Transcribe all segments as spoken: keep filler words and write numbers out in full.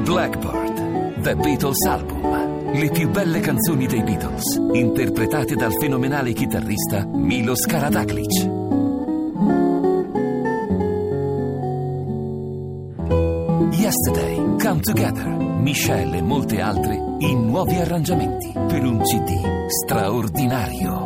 Blackbird, The Beatles Album. Le più belle canzoni dei Beatles, interpretate dal fenomenale chitarrista Milos Karađagić. Yesterday, Come Together, Michelle e molte altre in nuovi arrangiamenti per un C D straordinario.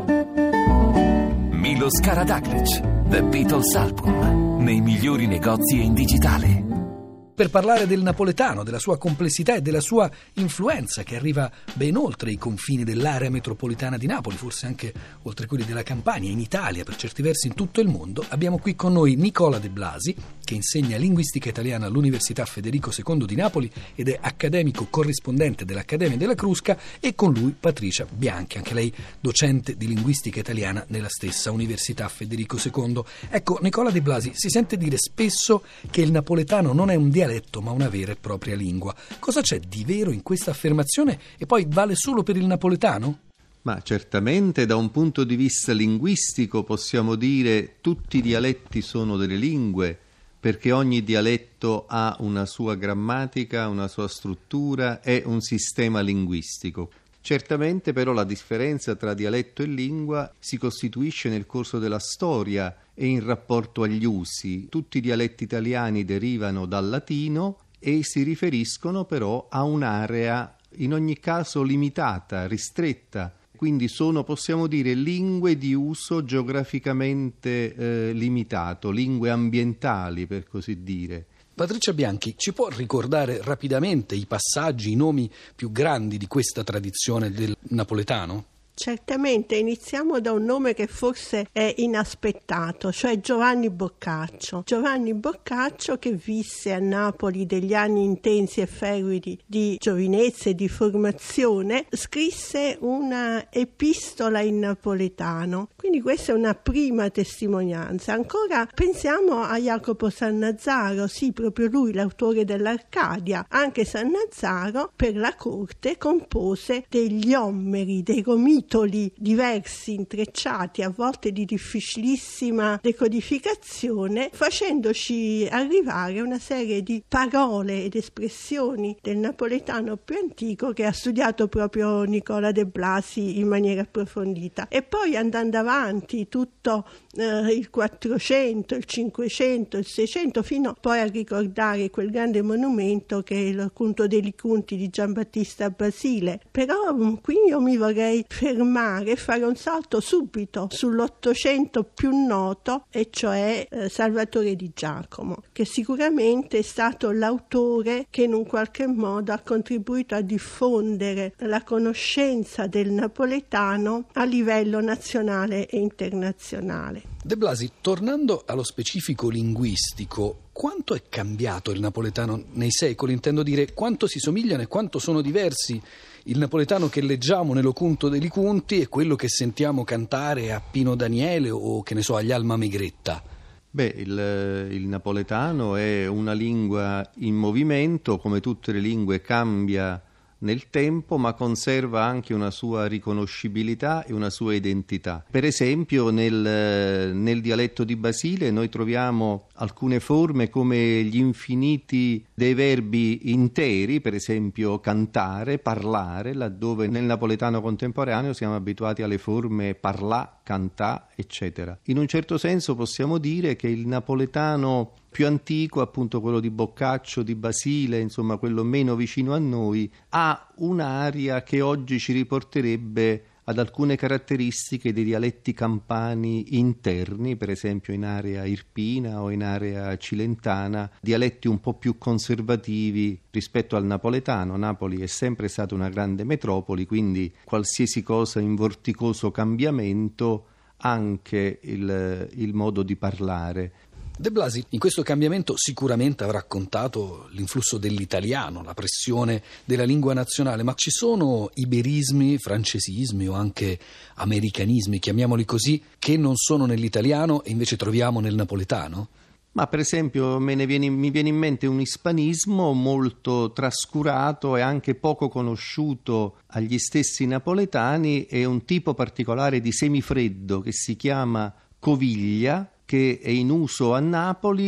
Milos Karađagić, The Beatles Album, nei migliori negozi e in digitale. Per parlare del napoletano, della sua complessità e della sua influenza che arriva ben oltre i confini dell'area metropolitana di Napoli, forse anche oltre quelli della Campania, in Italia, per certi versi in tutto il mondo, abbiamo qui con noi Nicola De Blasi, che insegna linguistica italiana all'Università Federico secondo di Napoli ed è accademico corrispondente dell'Accademia della Crusca, e con lui Patricia Bianchi, anche lei docente di linguistica italiana nella stessa Università Federico secondo. Ecco, Nicola De Blasi, si sente dire spesso che il napoletano non è un dialetto ma una vera e propria lingua. Cosa c'è di vero in questa affermazione e poi vale solo per il napoletano? Ma certamente da un punto di vista linguistico possiamo dire tutti i dialetti sono delle lingue, perché ogni dialetto ha una sua grammatica, una sua struttura e un sistema linguistico. Certamente però la differenza tra dialetto e lingua si costituisce nel corso della storia e in rapporto agli usi. Tutti i dialetti italiani derivano dal latino e si riferiscono però a un'area in ogni caso limitata, ristretta. Quindi sono, possiamo dire, lingue di uso geograficamente eh, limitato, lingue ambientali per così dire. Patricia Bianchi, ci può ricordare rapidamente i passaggi, i nomi più grandi di questa tradizione del napoletano? Certamente, iniziamo da un nome che forse è inaspettato, cioè Giovanni Boccaccio. Giovanni Boccaccio, che visse a Napoli degli anni intensi e fervidi di giovinezza e di formazione, scrisse una epistola in napoletano. Quindi questa è una prima testimonianza. Ancora pensiamo a Jacopo Sannazzaro, sì, proprio lui, l'autore dell'Arcadia. Anche Sannazzaro per la corte compose degli ommeri, dei gomitoli diversi, intrecciati, a volte di difficilissima decodificazione, facendoci arrivare una serie di parole ed espressioni del napoletano più antico che ha studiato proprio Nicola De Blasi in maniera approfondita. E poi andando avanti tutto eh, il quattrocento, il cinquecento, il seicento, fino poi a ricordare quel grande monumento che è il Cunto dei Liconti di Giambattista Basile. Però qui io mi vorrei fermare e fare un salto subito sull'Ottocento più noto, e cioè eh, Salvatore Di Giacomo, che sicuramente è stato l'autore che in un qualche modo ha contribuito a diffondere la conoscenza del napoletano a livello nazionale e internazionale. De Blasi, tornando allo specifico linguistico, quanto è cambiato il napoletano nei secoli? Intendo dire, quanto si somigliano e quanto sono diversi il napoletano che leggiamo nell'Ocunto dei Liconti e quello che sentiamo cantare a Pino Daniele o, che ne so, agli Alma Megretta? Beh, il, il napoletano è una lingua in movimento, come tutte le lingue cambia nel tempo, ma conserva anche una sua riconoscibilità e una sua identità. Per esempio nel, nel dialetto di Basile noi troviamo alcune forme come gli infiniti dei verbi interi, per esempio cantare, parlare, laddove nel napoletano contemporaneo siamo abituati alle forme parlà, cantà, eccetera. In un certo senso possiamo dire che il napoletano più antico, appunto quello di Boccaccio, di Basile, insomma quello meno vicino a noi, ha un'aria che oggi ci riporterebbe ad alcune caratteristiche dei dialetti campani interni, per esempio in area irpina o in area cilentana, dialetti un po' più conservativi rispetto al napoletano. Napoli è sempre stata una grande metropoli, quindi qualsiasi cosa in vorticoso cambiamento, anche il, il modo di parlare. De Blasi, in questo cambiamento sicuramente avrà contato l'influsso dell'italiano, la pressione della lingua nazionale, ma ci sono iberismi, francesismi o anche americanismi, chiamiamoli così, che non sono nell'italiano e invece troviamo nel napoletano? Ma per esempio me ne viene, mi viene in mente un ispanismo molto trascurato e anche poco conosciuto agli stessi napoletani, e un tipo particolare di semifreddo che si chiama coviglia, che è in uso a Napoli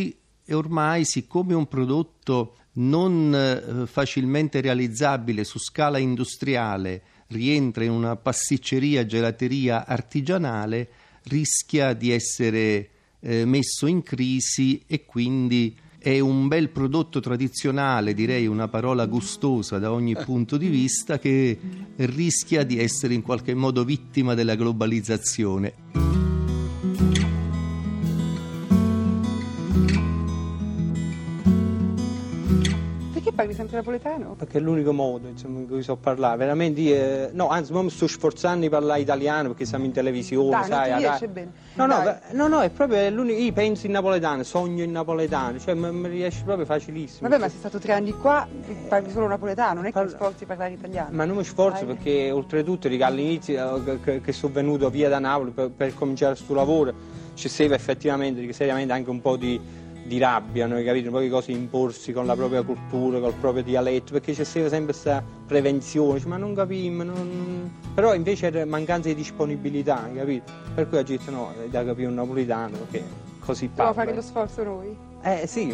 e ormai, siccome è un prodotto non eh, facilmente realizzabile su scala industriale, rientra in una pasticceria, gelateria artigianale, rischia di essere eh, messo in crisi, e quindi è un bel prodotto tradizionale, direi una parola gustosa da ogni punto di vista, che rischia di essere in qualche modo vittima della globalizzazione. Parli sempre napoletano? Perché è l'unico modo, insomma, in cui so parlare. Veramente io, eh, no, anzi, ora mi sto sforzando di parlare italiano perché siamo in televisione, Dai, sai. non ti dai. riesce bene. No, no, Dai. no, no, è proprio l'unico. Io penso in napoletano, sogno in napoletano, cioè mi, mi riesce proprio facilissimo. Vabbè, ma sei stato tre anni qua e parli solo napoletano, non è che Parlo- ti sforzi a parlare italiano. Ma non mi sforzo Dai. perché oltretutto dico, all'inizio eh, che, che, che sono venuto via da Napoli per, per cominciare questo lavoro, ci serve effettivamente, dico, seriamente anche un po' di di rabbia, no? Capito? Un po' di cose imporsi con la propria cultura, col proprio dialetto, perché c'è sempre questa prevenzione, cioè, ma non capiamo, non... però invece era mancanza di disponibilità, capito? Per cui ho detto no, da capire un napoletano, perché così Dobbiamo parla. fare lo sforzo noi? Eh sì.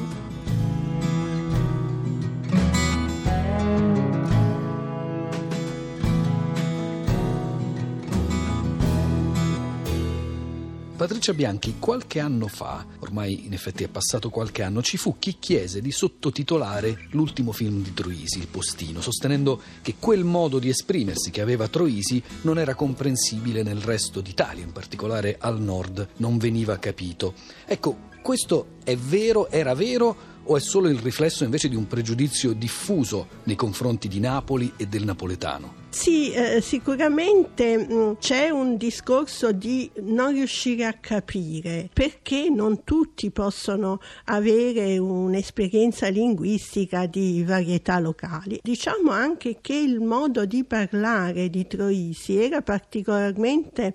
Patrizia Bianchi, qualche anno fa, ormai in effetti è passato qualche anno, ci fu chi chiese di sottotitolare l'ultimo film di Troisi, Il Postino, sostenendo che quel modo di esprimersi che aveva Troisi non era comprensibile nel resto d'Italia, in particolare al nord non veniva capito. Ecco, questo è vero, era vero, o è solo il riflesso invece di un pregiudizio diffuso nei confronti di Napoli e del napoletano? Sì, eh, sicuramente mh, c'è un discorso di non riuscire a capire perché non tutti possono avere un'esperienza linguistica di varietà locali. Diciamo anche che il modo di parlare di Troisi era particolarmente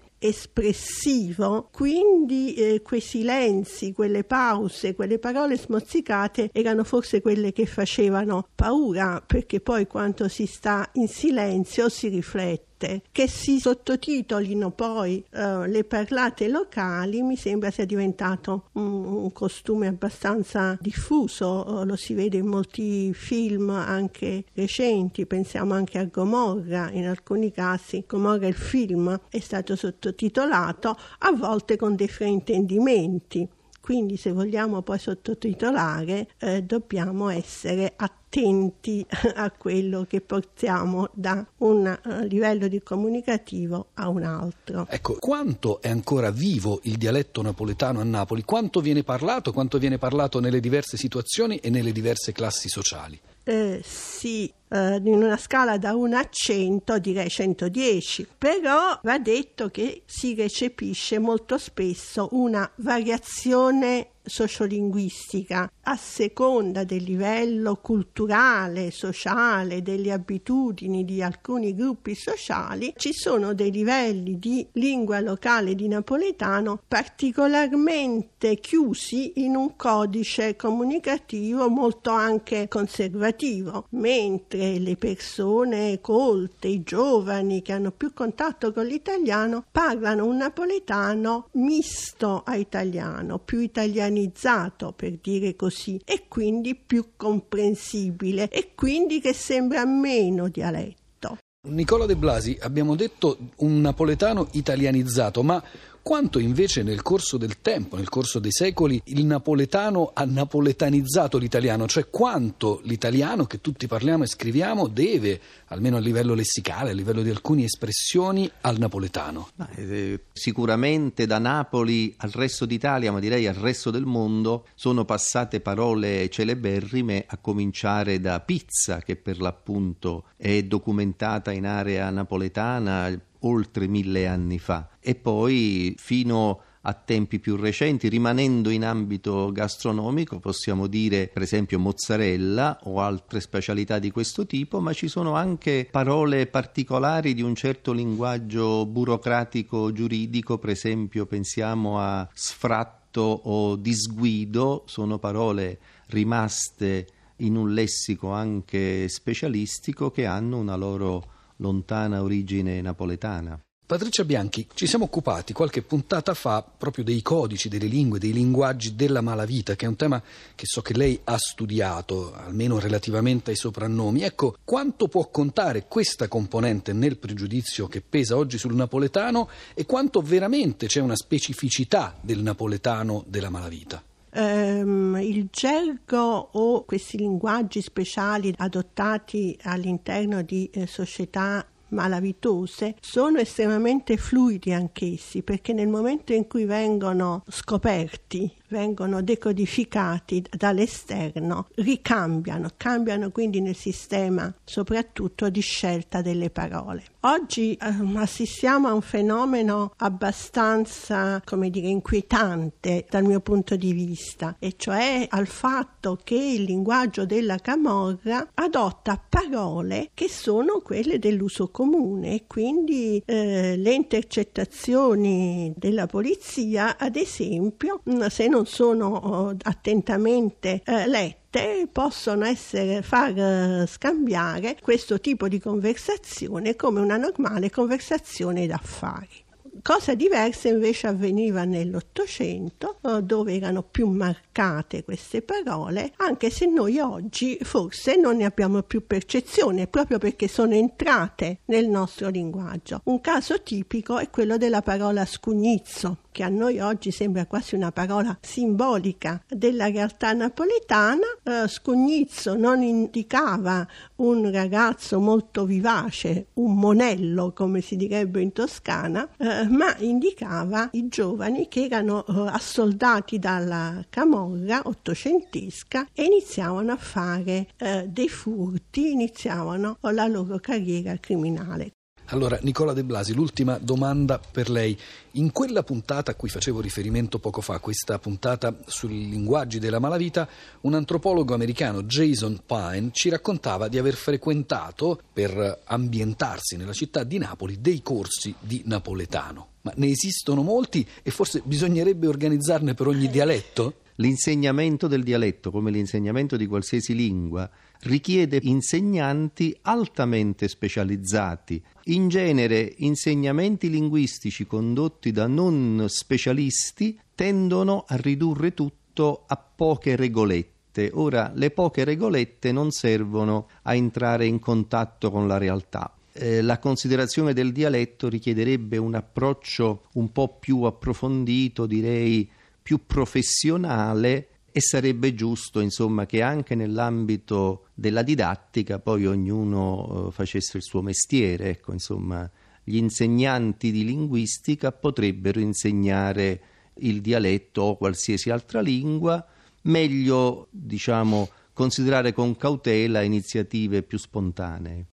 espressivo, quindi eh, quei silenzi, quelle pause, quelle parole smozzicate erano forse quelle che facevano paura, perché poi quando si sta in silenzio si riflette. Che si sottotitolino poi uh, le parlate locali mi sembra sia diventato un, un costume abbastanza diffuso, uh, lo si vede in molti film anche recenti, pensiamo anche a Gomorra, in alcuni casi Gomorra il film è stato sottotitolato, a volte con dei fraintendimenti. Quindi se vogliamo poi sottotitolare eh, dobbiamo essere attenti a quello che portiamo da un uh, livello di comunicativo a un altro. Ecco, quanto è ancora vivo il dialetto napoletano a Napoli? Quanto viene parlato? Quanto viene parlato nelle diverse situazioni e nelle diverse classi sociali? Eh, sì, eh, in una scala da uno a cento direi centodieci, però va detto che si recepisce molto spesso una variazione sociolinguistica a seconda del livello culturale, sociale, delle abitudini di alcuni gruppi sociali. Ci sono dei livelli di lingua locale di napoletano particolarmente chiusi in un codice comunicativo molto anche conservativo, mentre le persone colte, i giovani che hanno più contatto con l'italiano parlano un napoletano misto a italiano, più italianizzato per dire così, e quindi più comprensibile e quindi che sembra meno dialetto. Nicola De Blasi, abbiamo detto un napoletano italianizzato, ma quanto invece nel corso del tempo, nel corso dei secoli, il napoletano ha napoletanizzato l'italiano, cioè quanto l'italiano che tutti parliamo e scriviamo deve, almeno a livello lessicale, a livello di alcune espressioni, al napoletano? Eh, sicuramente da Napoli al resto d'Italia, ma direi al resto del mondo, sono passate parole celeberrime, a cominciare da pizza, che per l'appunto è documentata in area napoletana oltre mille anni fa, e poi fino a tempi più recenti, rimanendo in ambito gastronomico, possiamo dire per esempio mozzarella o altre specialità di questo tipo, ma ci sono anche parole particolari di un certo linguaggio burocratico giuridico, per esempio pensiamo a sfratto o disguido, sono parole rimaste in un lessico anche specialistico che hanno una loro lontana origine napoletana. Patrizia Bianchi, ci siamo occupati qualche puntata fa proprio dei codici, delle lingue, dei linguaggi della malavita, che è un tema che so che lei ha studiato, almeno relativamente ai soprannomi. Ecco, quanto può contare questa componente nel pregiudizio che pesa oggi sul napoletano e quanto veramente c'è una specificità del napoletano della malavita? Um, il gergo o questi linguaggi speciali adottati all'interno di eh, società malavitose sono estremamente fluidi anch'essi, perché nel momento in cui vengono scoperti, vengono decodificati dall'esterno, ricambiano, cambiano quindi nel sistema soprattutto di scelta delle parole. Oggi ehm, assistiamo a un fenomeno abbastanza, come dire, inquietante dal mio punto di vista, e cioè al fatto che il linguaggio della camorra adotta parole che sono quelle dell'uso comune, e quindi eh, le intercettazioni della polizia, ad esempio, se non sono oh, attentamente eh, lette, possono essere far uh, scambiare questo tipo di conversazione come una normale conversazione d'affari. Cosa diversa invece avveniva nell'Ottocento, dove erano più marcate queste parole, anche se noi oggi forse non ne abbiamo più percezione, proprio perché sono entrate nel nostro linguaggio. Un caso tipico è quello della parola scugnizzo, che a noi oggi sembra quasi una parola simbolica della realtà napoletana. Eh, scugnizzo non indicava un ragazzo molto vivace, un monello come si direbbe in Toscana, eh, ma indicava i giovani che erano eh, assoldati dalla camorra ottocentesca e iniziavano a fare eh, dei furti, iniziavano la loro carriera criminale. Allora, Nicola De Blasi, l'ultima domanda per lei. In quella puntata a cui facevo riferimento poco fa, questa puntata sui linguaggi della malavita, un antropologo americano, Jason Pine, ci raccontava di aver frequentato, per ambientarsi nella città di Napoli, dei corsi di napoletano. Ma ne esistono molti e forse bisognerebbe organizzarne per ogni dialetto? L'insegnamento del dialetto, come l'insegnamento di qualsiasi lingua, richiede insegnanti altamente specializzati. In genere, insegnamenti linguistici condotti da non specialisti tendono a ridurre tutto a poche regolette. Ora, le poche regolette non servono a entrare in contatto con la realtà. Eh, la considerazione del dialetto richiederebbe un approccio un po' più approfondito, direi più professionale, e sarebbe giusto, insomma, che anche nell'ambito della didattica poi ognuno eh, facesse il suo mestiere. Ecco, insomma, gli insegnanti di linguistica potrebbero insegnare il dialetto o qualsiasi altra lingua, meglio, diciamo, considerare con cautela iniziative più spontanee.